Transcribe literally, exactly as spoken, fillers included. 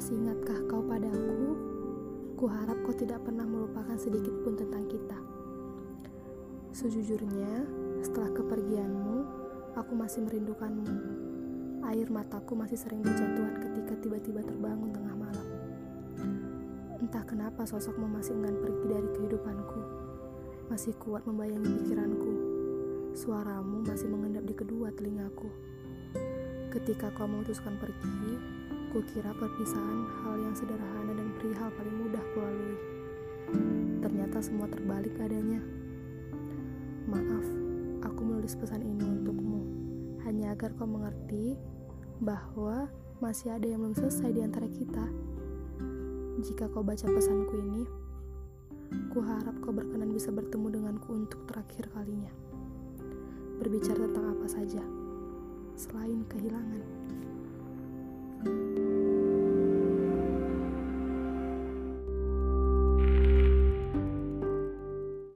Masih ingatkah kau padaku? Kuharap kau tidak pernah melupakan sedikit pun tentang kita. Sejujurnya, setelah kepergianmu, aku masih merindukanmu. Air mataku masih sering berjatuhan ketika tiba-tiba terbangun tengah malam. Entah kenapa sosokmu masih enggan pergi dari kehidupanku. Masih kuat membayangi pikiranku. Suaramu masih mengendap di kedua telingaku. Ketika kau memutuskan pergi, kukira perpisahan hal yang sederhana dan perihal paling mudah kulalui. Ternyata semua terbalik adanya. Maaf, aku menulis pesan ini untukmu, hanya agar kau mengerti bahwa masih ada yang belum selesai di antara kita. Jika kau baca pesanku ini, kuharap kau berkenan bisa bertemu denganku untuk terakhir kalinya. Berbicara tentang apa saja, selain kehilangan.